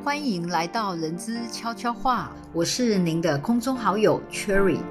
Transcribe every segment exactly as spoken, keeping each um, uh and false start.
欢迎来到人资悄悄话，我是您的空中好友 Cherry。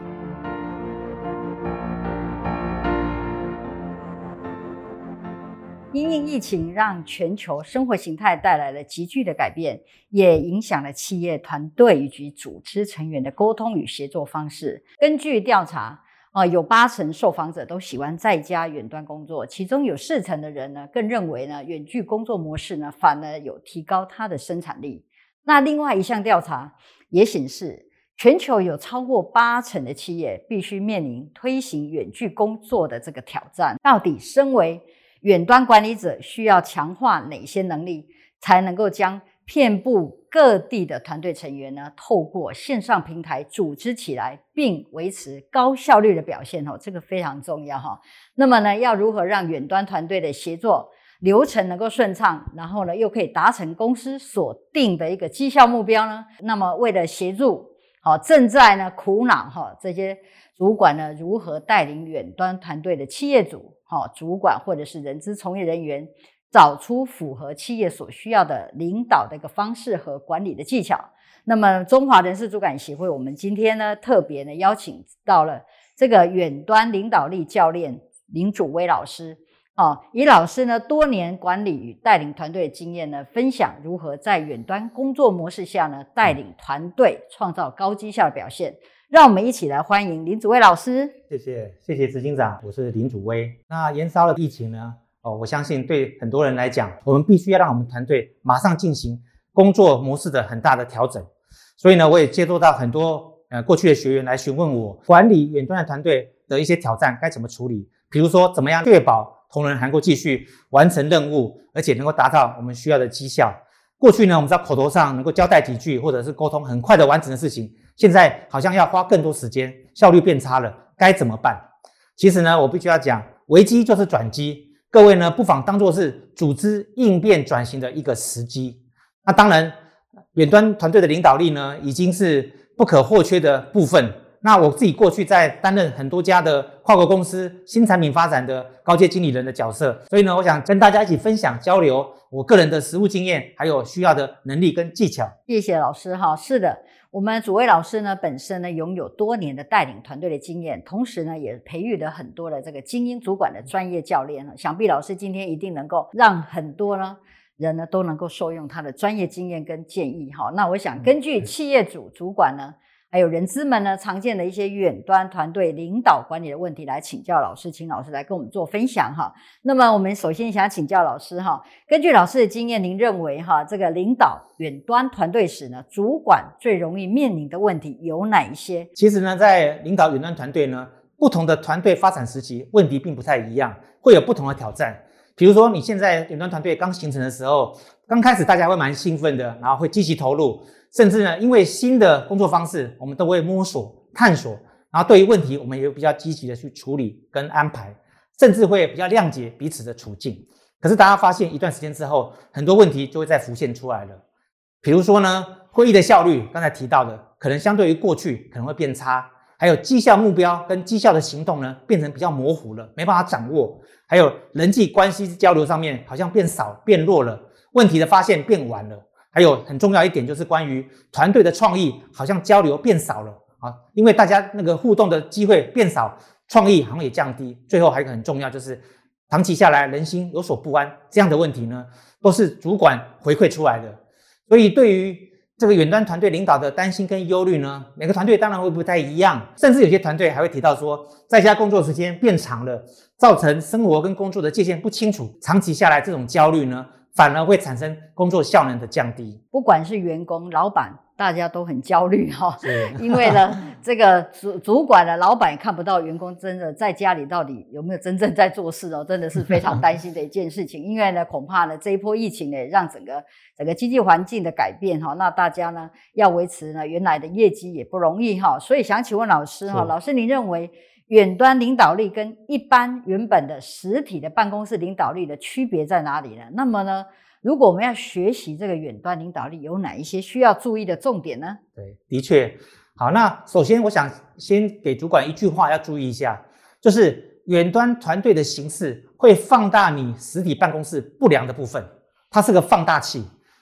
因应疫情让全球生活形态带来了急剧的改变，也影响了企业团队以及组织成员的沟通与协作方式。根据调查，呃、有八成受访者都喜欢在家远端工作，其中有四成的人呢更认为呢远距工作模式呢反而有提高它的生产力。那另外一项调查也显示，全球有超过八成的企业必须面临推行远距工作的这个挑战。到底身为远端管理者需要强化哪些能力，才能够将遍布各地的团队成员呢透过线上平台组织起来，并维持高效率的表现，这个非常重要。那么呢，要如何让远端团队的协作流程能够顺畅，然后呢又可以达成公司所定的一个绩效目标呢？那么为了协助好正在呢苦恼哈这些主管呢如何带领远端团队的企业主好主管或者是人资从业人员，找出符合企业所需要的领导的一个方式和管理的技巧。那么中华人事主管协会，我们今天呢特别呢邀请到了这个远端领导力教练林祖威老师。哦，以老师呢多年管理与带领团队的经验呢，分享如何在远端工作模式下呢带领团队创造高绩效的表现。让我们一起来欢迎林祖威老师。 谢谢，谢谢执行长，我是林祖威。那延烧了疫情呢，哦，我相信对很多人来讲，我们必须要让我们团队马上进行工作模式的很大的调整。所以呢，我也接触到很多呃过去的学员来询问我，管理远端的团队的一些挑战该怎么处理，比如说怎么样确保同仁能够继续完成任务，而且能够达到我们需要的绩效。过去呢，我们在口头上能够交代几句，或者是沟通很快的完成的事情，现在好像要花更多时间，效率变差了，该怎么办？其实呢，我必须要讲，危机就是转机，各位呢不妨当作是组织应变转型的一个时机。那当然，远端团队的领导力呢，已经是不可或缺的部分。那我自己过去在担任很多家的跨国公司新产品发展的高阶经理人的角色，所以呢，我想跟大家一起分享交流我个人的实务经验，还有需要的能力跟技巧。 谢谢老师哈。是的，我们祖威老师呢本身呢拥有多年的带领团队的经验，同时呢也培育了很多的这个精英主管的专业教练。想必老师今天一定能够让很多呢人呢都能够受用他的专业经验跟建议哈。那我想根据企业主主管呢还有人资们呢常见的一些远端团队领导管理的问题来请教老师，请老师来跟我们做分享哈。那么我们首先想请教老师哈，根据老师的经验，您认为哈这个领导远端团队时呢，主管最容易面临的问题有哪一些？ 其实呢，在领导远端团队呢，不同的团队发展时期问题并不太一样，会有不同的挑战。比如说你现在远端团队刚形成的时候，刚开始大家会蛮兴奋的，然后会积极投入，甚至呢因为新的工作方式我们都会摸索探索，然后对于问题我们也比较积极的去处理跟安排，甚至会比较谅解彼此的处境。可是大家发现一段时间之后，很多问题就会再浮现出来了。比如说呢，会议的效率刚才提到的可能相对于过去可能会变差，还有绩效目标跟绩效的行动呢变成比较模糊了，没办法掌握，还有人际关系交流上面好像变少变弱了，问题的发现变晚了，还有很重要一点就是关于团队的创意好像交流变少了啊，因为大家那个互动的机会变少，创意好像也降低。最后还有一个很重要就是长期下来人心有所不安，这样的问题呢都是主管回馈出来的。所以对于这个远端团队领导的担心跟忧虑呢，每个团队当然会不太一样，甚至有些团队还会提到说，在家工作时间变长了，造成生活跟工作的界限不清楚，长期下来这种焦虑呢反而会产生工作效能的降低。 不管是员工老板大家都很焦虑哈，因为呢这个主主管的老板也看不到员工真的在家里到底有没有真正在做事哦，真的是非常担心的一件事情。因为呢恐怕呢这一波疫情呢让整个整个经济环境的改变哈，那大家呢要维持呢原来的业绩也不容易哈。所以想请问老师哈，老师您认为远端领导力跟一般原本的实体的办公室领导力的区别在哪里呢？那么呢如果我们要学习这个远端领导力，有哪一些需要注意的重点呢？ 对，的确。好，那首先我想先给主管一句话要注意一下，就是远端团队的形式会放大你实体办公室不良的部分，它是个放大器。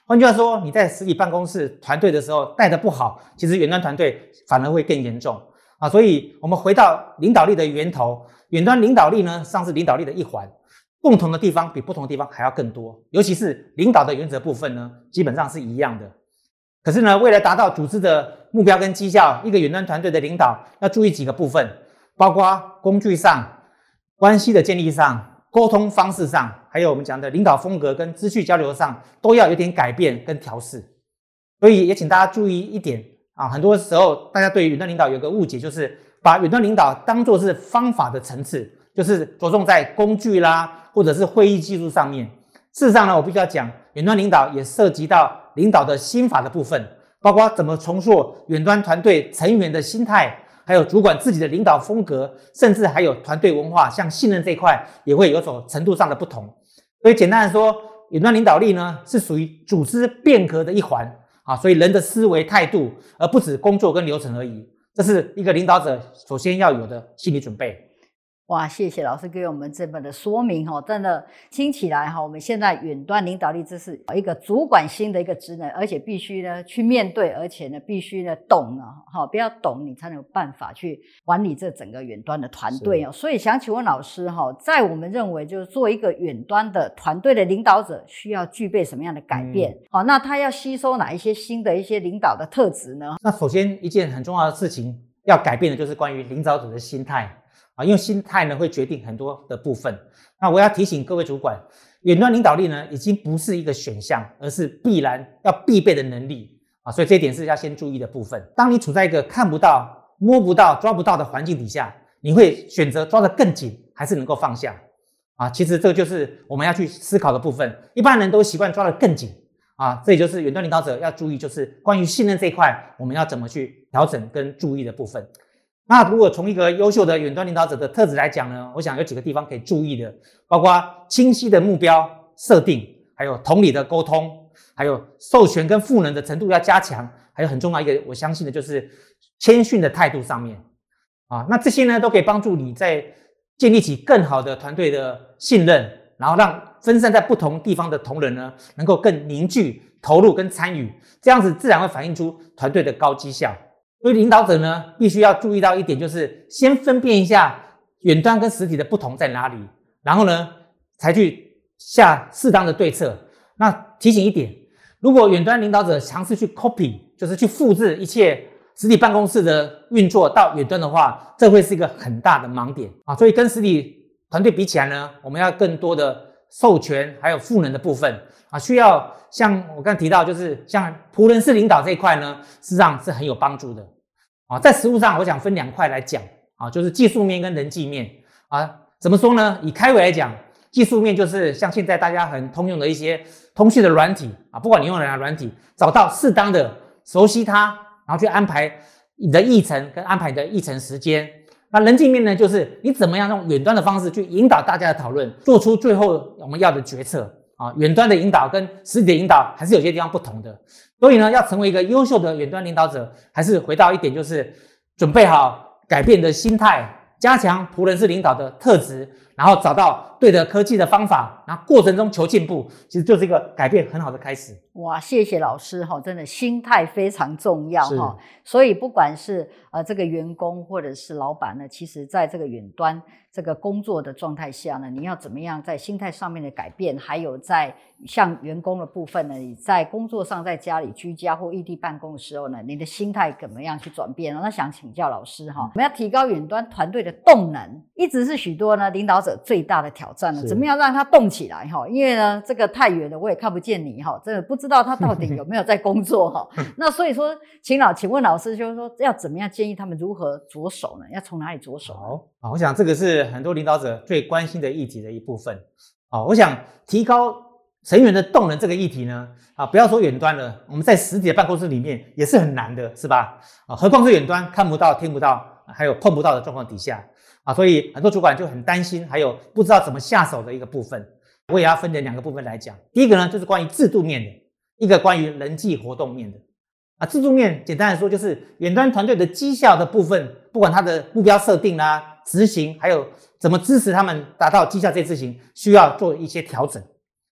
换句话说，你在实体办公室团队的时候带得不好，其实远端团队反而会更严重啊。所以我们回到领导力的源头，远端领导力呢，上是领导力的一环，共同的地方比不同的地方还要更多，尤其是领导的原则部分呢，基本上是一样的。可是呢，为了达到组织的目标跟绩效，一个远端团队的领导要注意几个部分，包括工具上、关系的建立上、沟通方式上，还有我们讲的领导风格跟资讯交流上，都要有点改变跟调试。所以也请大家注意一点啊，很多时候大家对于远端领导有个误解，就是把远端领导当作是方法的层次，就是着重在工具啦，或者是会议技术上面。事实上呢，我必须要讲，远端领导也涉及到领导的心法的部分，包括怎么重塑远端团队成员的心态，还有主管自己的领导风格，甚至还有团队文化，像信任这一块也会有所程度上的不同。所以简单的说，远端领导力呢是属于组织变革的一环啊，所以人的思维态度，而不止工作跟流程而已，这是一个领导者首先要有的心理准备。 哇，谢谢老师给我们这么的说明哈，真的听起来哈，我们现在远端领导力这是一个主管性的一个职能，而且必须呢去面对，而且呢必须呢懂啊，哈，不要懂你才能有办法去管理这整个远端的团队哦。所以想请问老师哈，在我们认为就是做一个远端的团队的领导者，需要具备什么样的改变？嗯、好，那他要吸收哪一些新的一些领导的特质呢？ 那首先一件很重要的事情要改变的就是关于领导者的心态。啊，因为心态呢会决定很多的部分。那我要提醒各位主管，远端领导力呢已经不是一个选项，而是必然要必备的能力啊。所以这一点是要先注意的部分。当你处在一个看不到、摸不到、抓不到的环境底下，你会选择抓得更紧，还是能够放下？啊，其实这就是我们要去思考的部分。一般人都习惯抓得更紧啊，这也就是远端领导者要注意，就是关于信任这一块，我们要怎么去调整跟注意的部分。那如果从一个优秀的远端领导者的特质来讲呢，我想有几个地方可以注意的，包括清晰的目标设定，还有同理的沟通，还有授权跟赋能的程度要加强，还有很重要一个我相信的就是谦逊的态度上面啊，那这些呢都可以帮助你在建立起更好的团队的信任，然后让分散在不同地方的同仁呢能够更凝聚、投入跟参与，这样子自然会反映出团队的高绩效。所以领导者呢，必须要注意到一点，就是先分辨一下远端跟实体的不同在哪里，然后呢，才去下适当的对策。那提醒一点，如果远端领导者尝试去 copy， 就是去复制一切实体办公室的运作到远端的话，这会是一个很大的盲点啊。所以跟实体团队比起来呢，我们要更多的授权还有赋能的部分啊，需要像我刚才提到，就是像仆人式领导这一块呢，事实上是很有帮助的。啊，在实务上，我想分两块来讲啊，就是技术面跟人际面啊。怎么说呢？以开伟来讲，技术面就是像现在大家很通用的一些通讯的软体啊，不管你用哪样软体，找到适当的熟悉它，然后去安排你的议程跟安排你的议程时间。那人际面呢，就是你怎么样用远端的方式去引导大家的讨论，做出最后我们要的决策啊。远端的引导跟实体的引导还是有些地方不同的。所以呢，要成为一个优秀的远端领导者，还是回到一点，就是准备好改变的心态，加强仆人式领导的特质，然后找到对的科技的方法，然后过程中求进步，其实就是一个改变很好的开始。 哇，谢谢老师哈，真的心态非常重要哈。所以不管是呃这个员工或者是老板呢，其实在这个远端这个工作的状态下呢，你要怎么样在心态上面的改变，还有在像员工的部分呢，你在工作上在家里居家或异地办公的时候呢，你的心态怎么样去转变？那想请教老师哈，我们要提高远端团队的动能，一直是许多呢领导者最大的挑战呢，怎么样让他动起来哈？因为呢这个太远了，我也看不见你哈，真的不知道他到底有没有在工作哈。那所以说，请老请问老师，就是说要怎么样建议他们如何着手呢？要从哪里着手呢？ 好，我想这个是很多领导者最关心的议题的一部分。好，我想提高成员的动能这个议题呢，啊，不要说远端了，我们在实体的办公室里面也是很难的，是吧？啊，何况是远端看不到、听不到，还有碰不到的状况底下啊，所以很多主管就很担心，还有不知道怎么下手的一个部分。我也要分成两个部分来讲。第一个呢，就是关于制度面的，一个关于人际活动面的。啊，制度面简单来说，就是远端团队的绩效的部分，不管它的目标设定啦、执行，还有怎么支持他们达到绩效这件事情，需要做一些调整。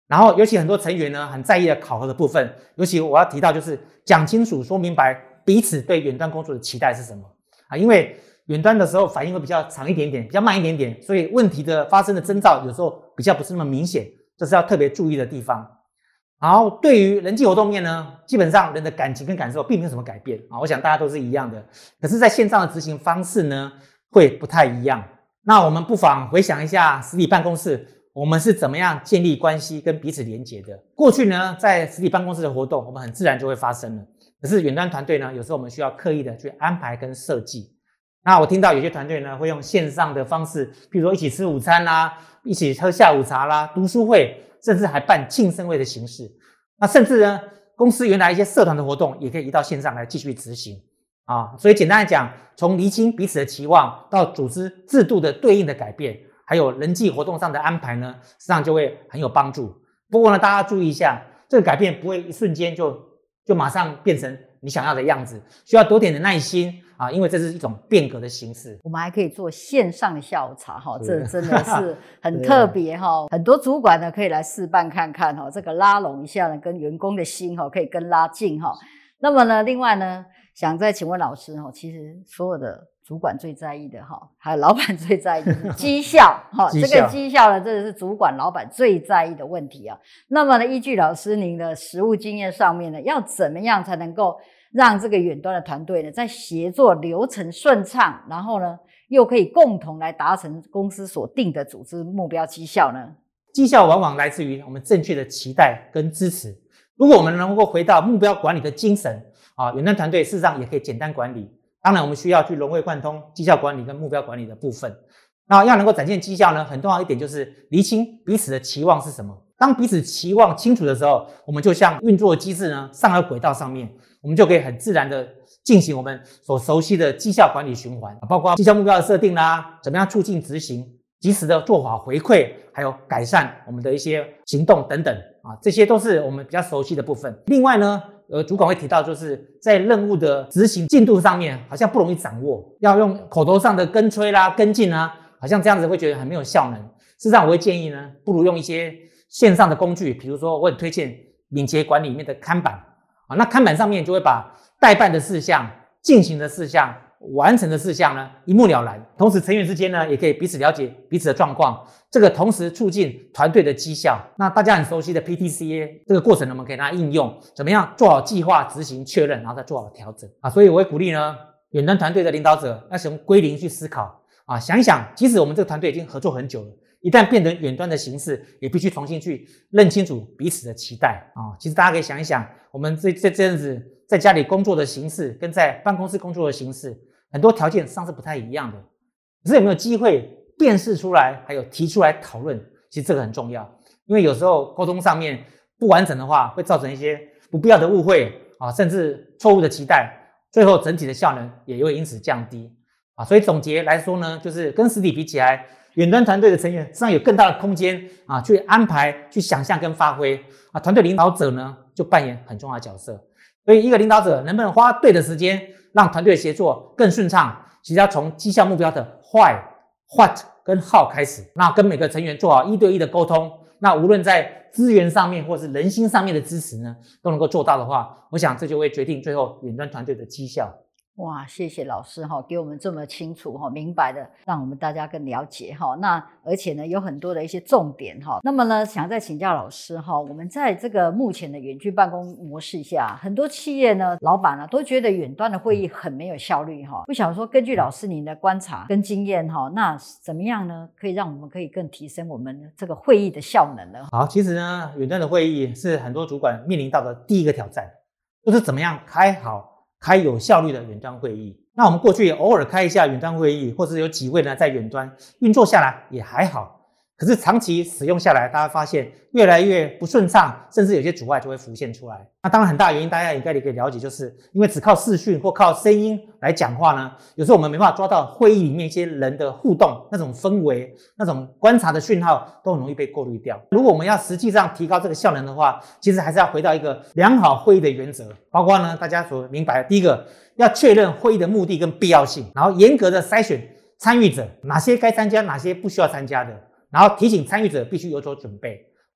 然后尤其很多成员呢很在意的考核的部分，尤其我要提到就是讲清楚说明白彼此对远端工作的期待是什么啊，因为远端的时候反应会比较长一点点，比较慢一点点，所以问题的发生的征兆有时候比较不是那么明显，这是要特别注意的地方。然后对于人际活动面呢，基本上人的感情跟感受并没有什么改变啊，我想大家都是一样的，可是在线上的执行方式呢会不太一样。那我们不妨回想一下实体办公室我们是怎么样建立关系跟彼此连结的。过去呢在实体办公室的活动我们很自然就会发生了，可是远端团队呢有时候我们需要刻意的去安排跟设计。那我听到有些团队呢会用线上的方式，比如说一起吃午餐啦，一起喝下午茶啦，读书会，甚至还办庆生会的形式。那甚至呢公司原来一些社团的活动也可以移到线上来继续执行啊。所以简单来讲，从厘清彼此的期望到组织制度的对应的改变，还有人际活动上的安排呢，实际上就会很有帮助。不过呢大家注意一下，这个改变不会一瞬间就就马上变成你想要的样子，需要多点的耐心啊，因为这是一种变革的形式。 我们还可以做线上的下午茶哈，这真的是很特别哈。很多主管呢可以来试办看看哈，这个拉拢一下呢，跟员工的心哈可以更拉近哈。那么呢，另外呢，想再请问老师哈，其实所有的主管最在意的哈，还有老板最在意的是绩效哈，这个绩效呢，真的是主管老板最在意的问题啊。那么呢，依据老师您的实务经验上面呢，要怎么样才能够让这个远端的团队呢，在协作流程顺畅，然后呢，又可以共同来达成公司所定的组织目标绩效呢？ 绩效往往来自于我们正确的期待跟支持。如果我们能够回到目标管理的精神啊，远端团队事实上也可以简单管理。当然我们需要去融会贯通绩效管理跟目标管理的部分。那要能够展现绩效呢，很重要一点就是厘清彼此的期望是什么。当彼此期望清楚的时候，我们就像运作机制呢上了轨道上面，我们就可以很自然的进行我们所熟悉的绩效管理循环，包括绩效目标的设定啦，怎么样促进执行，及时的做法回馈，还有改善我们的一些行动等等啊，这些都是我们比较熟悉的部分。另外呢呃，主管会提到就是在任务的执行进度上面好像不容易掌握，要用口头上的跟催啦跟进啊，好像这样子会觉得很没有效能。事实上我会建议呢，不如用一些线上的工具，比如说我很推荐敏捷管理里面的看板啊，那看板上面就会把待办的事项、进行的事项、完成的事项呢一目了然，同时成员之间呢也可以彼此了解彼此的状况，这个同时促进团队的绩效。那大家很熟悉的 P T C A 这个过程呢，我们可以拿来应用，怎么样做好计划、执行、确认，然后再做好调整啊。所以我会鼓励呢，远端团队的领导者要从归零去思考啊，想一想，即使我们这个团队已经合作很久了，一旦变成远端的形式，也必须重新去认清楚彼此的期待啊。其实大家可以想一想，我们这这阵子在家里工作的形式跟在办公室工作的形式，很多条件上是不太一样的。可是有没有机会辨识出来，还有提出来讨论？其实这个很重要，因为有时候沟通上面不完整的话，会造成一些不必要的误会啊，甚至错误的期待，最后整体的效能也会因此降低啊。所以总结来说呢，就是跟实体比起来，远端团队的成员实际上有更大的空间啊，去安排、去想象跟发挥啊。团队领导者呢，就扮演很重要的角色。所以一个领导者能不能花对的时间，让团队协作更顺畅，其实要从绩效目标的 why、what 跟 how 开始，那跟每个成员做好一对一的沟通，那无论在资源上面或是人心上面的支持呢，都能够做到的话，我想这就会决定最后远端团队的绩效。 哇，谢谢老师哈，给我们这么清楚哈、明白的，让我们大家更了解哈。那而且呢，有很多的一些重点哈。那么呢，想再请教老师哈，我们在这个目前的远距办公模式下，很多企业呢，老板呢、啊、都觉得远端的会议很没有效率哈。不想说，根据老师您的观察跟经验哈，那怎么样呢，可以让我们可以更提升我们这个会议的效能呢？ 好，其实呢，远端的会议是很多主管面临到的第一个挑战，就是怎么样开好。开有效率的远端会议，那我们过去也偶尔开一下远端会议，或是有几位呢在远端运作下来也还好。可是长期使用下来，大家发现越来越不顺畅，甚至有些阻碍就会浮现出来。那当然很大的原因，大家应该也可以了解，就是因为只靠视讯或靠声音来讲话呢，有时候我们没办法抓到会议里面一些人的互动，那种氛围、那种观察的讯号都很容易被过滤掉。如果我们要实际上提高这个效能的话，其实还是要回到一个良好会议的原则，包括呢大家所明白的，第一个要确认会议的目的跟必要性，然后严格的筛选参与者，哪些该参加，哪些不需要参加的。然后提醒参与者必须有所准备，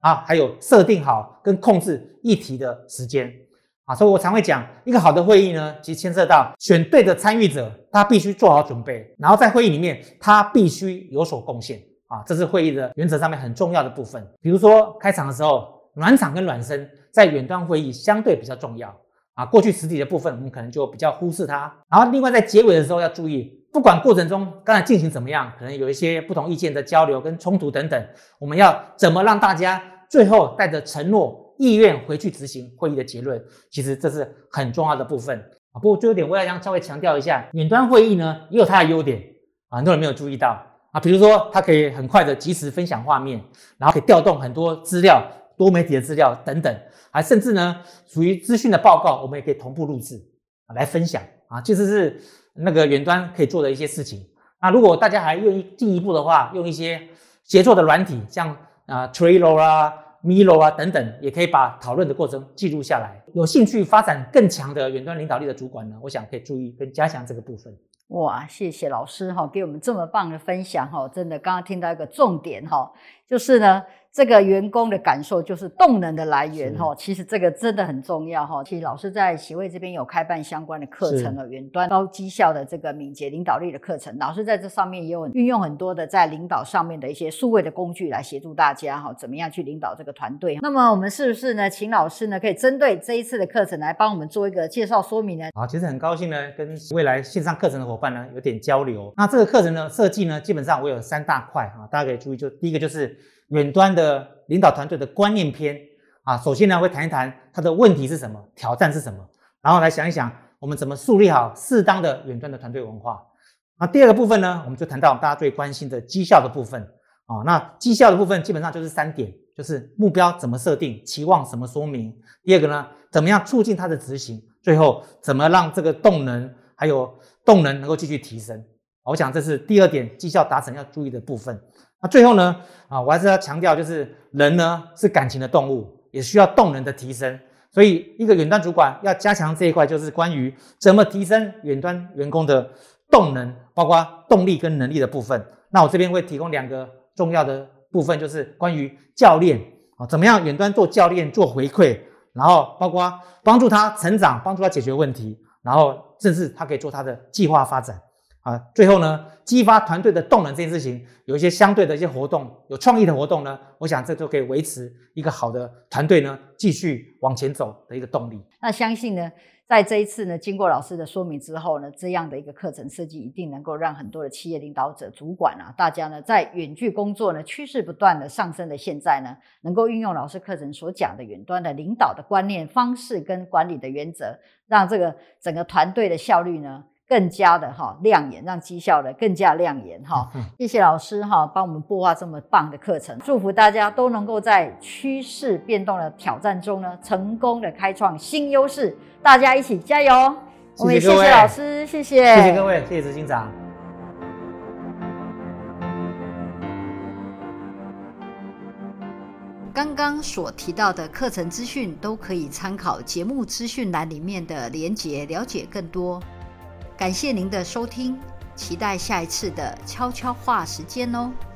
啊，还有设定好跟控制议题的时间啊。所以我常会讲，一个好的会议呢，其实牵涉到选对的参与者，他必须做好准备，然后在会议里面他必须有所贡献啊，这是会议的原则上面很重要的部分。比如说开场的时候，暖场跟暖身在远端会议相对比较重要啊，过去实体的部分我们可能就比较忽视它。然后另外在结尾的时候要注意，不管过程中刚才进行怎么样，可能有一些不同意见的交流跟冲突等等，我们要怎么让大家最后带着承诺意愿回去执行会议的结论，其实这是很重要的部分啊。不过最后一点我要稍微强调一下，远端会议呢也有它的优点啊，很多人没有注意到啊，比如说它可以很快的即时分享画面，然后可以调动很多资料，多媒体的资料等等，还甚至呢属于资讯的报告我们也可以同步录制啊来分享啊，其实是那个远端可以做的一些事情。那如果大家还愿意进一步的话，用一些协作的软体，像啊 Trello 啊 Miro 啊等等，也可以把讨论的过程记录下来。有兴趣发展更强的远端领导力的主管呢，我想可以注意跟加强这个部分。 哇，谢谢老师哈，给我们这么棒的分享哈，真的刚刚听到一个重点哈，就是呢，这个员工的感受就是动能的来源哈，其实这个真的很重要哈。其实老师在协会这边有开办相关的课程了，远端高绩效的这个敏捷领导力的课程，老师在这上面也有运用很多的在领导上面的一些数位的工具来协助大家哈，怎么样去领导这个团队。那么我们是不是呢，请老师呢可以针对这一次的课程来帮我们做一个介绍说明呢？ 好，其实很高兴呢跟未来线上课程的伙伴呢有点交流。那这个课程呢设计呢，基本上我有三大块啊，大家可以注意，就第一个就是远端的领导团队的观念篇啊，首先呢会谈一谈它的问题是什么，挑战是什么，然后来想一想我们怎么树立好适当的远端的团队文化。那第二个部分呢，我们就谈到大家最关心的绩效的部分啊。那绩效的部分基本上就是三点，就是目标怎么设定，期望怎么说明，第二个呢，怎么样促进它的执行，最后怎么让这个动能还有动能能够继续提升。我想这是第二点绩效达成要注意的部分。那最后呢，啊，我还是要强调，就是人呢是感情的动物，也需要动能的提升。所以，一个远端主管要加强这一块，就是关于怎么提升远端员工的动能，包括动力跟能力的部分。那我这边会提供两个重要的部分，就是关于教练啊，怎么样远端做教练做回馈，然后包括帮助他成长，帮助他解决问题，然后甚至他可以做他的计划发展。啊，最后呢，激发团队的动能这件事情，有一些相对的一些活动，有创意的活动呢，我想这就可以维持一个好的团队呢继续往前走的一个动力。 那相信呢，在这一次呢，经过老师的说明之后呢，这样的一个课程设计一定能够让很多的企业领导者、主管啊，大家呢在远距工作呢趋势不断的上升的现在呢，能够运用老师课程所讲的远端的领导的观念、方式跟管理的原则，让这个整个团队的效率呢更加的哈亮眼，让绩效的更加亮眼哈。谢谢老师哈，帮我们擘画这么棒的课程，祝福大家都能够在趋势变动的挑战中呢，成功的开创新优势。大家一起加油！我们也谢谢老师，谢谢， 谢谢各位，谢谢执行长。 刚刚所提到的课程资讯都可以参考节目资讯栏里面的连结，了解更多。感谢您的收听，期待下一次的悄悄话时间哦。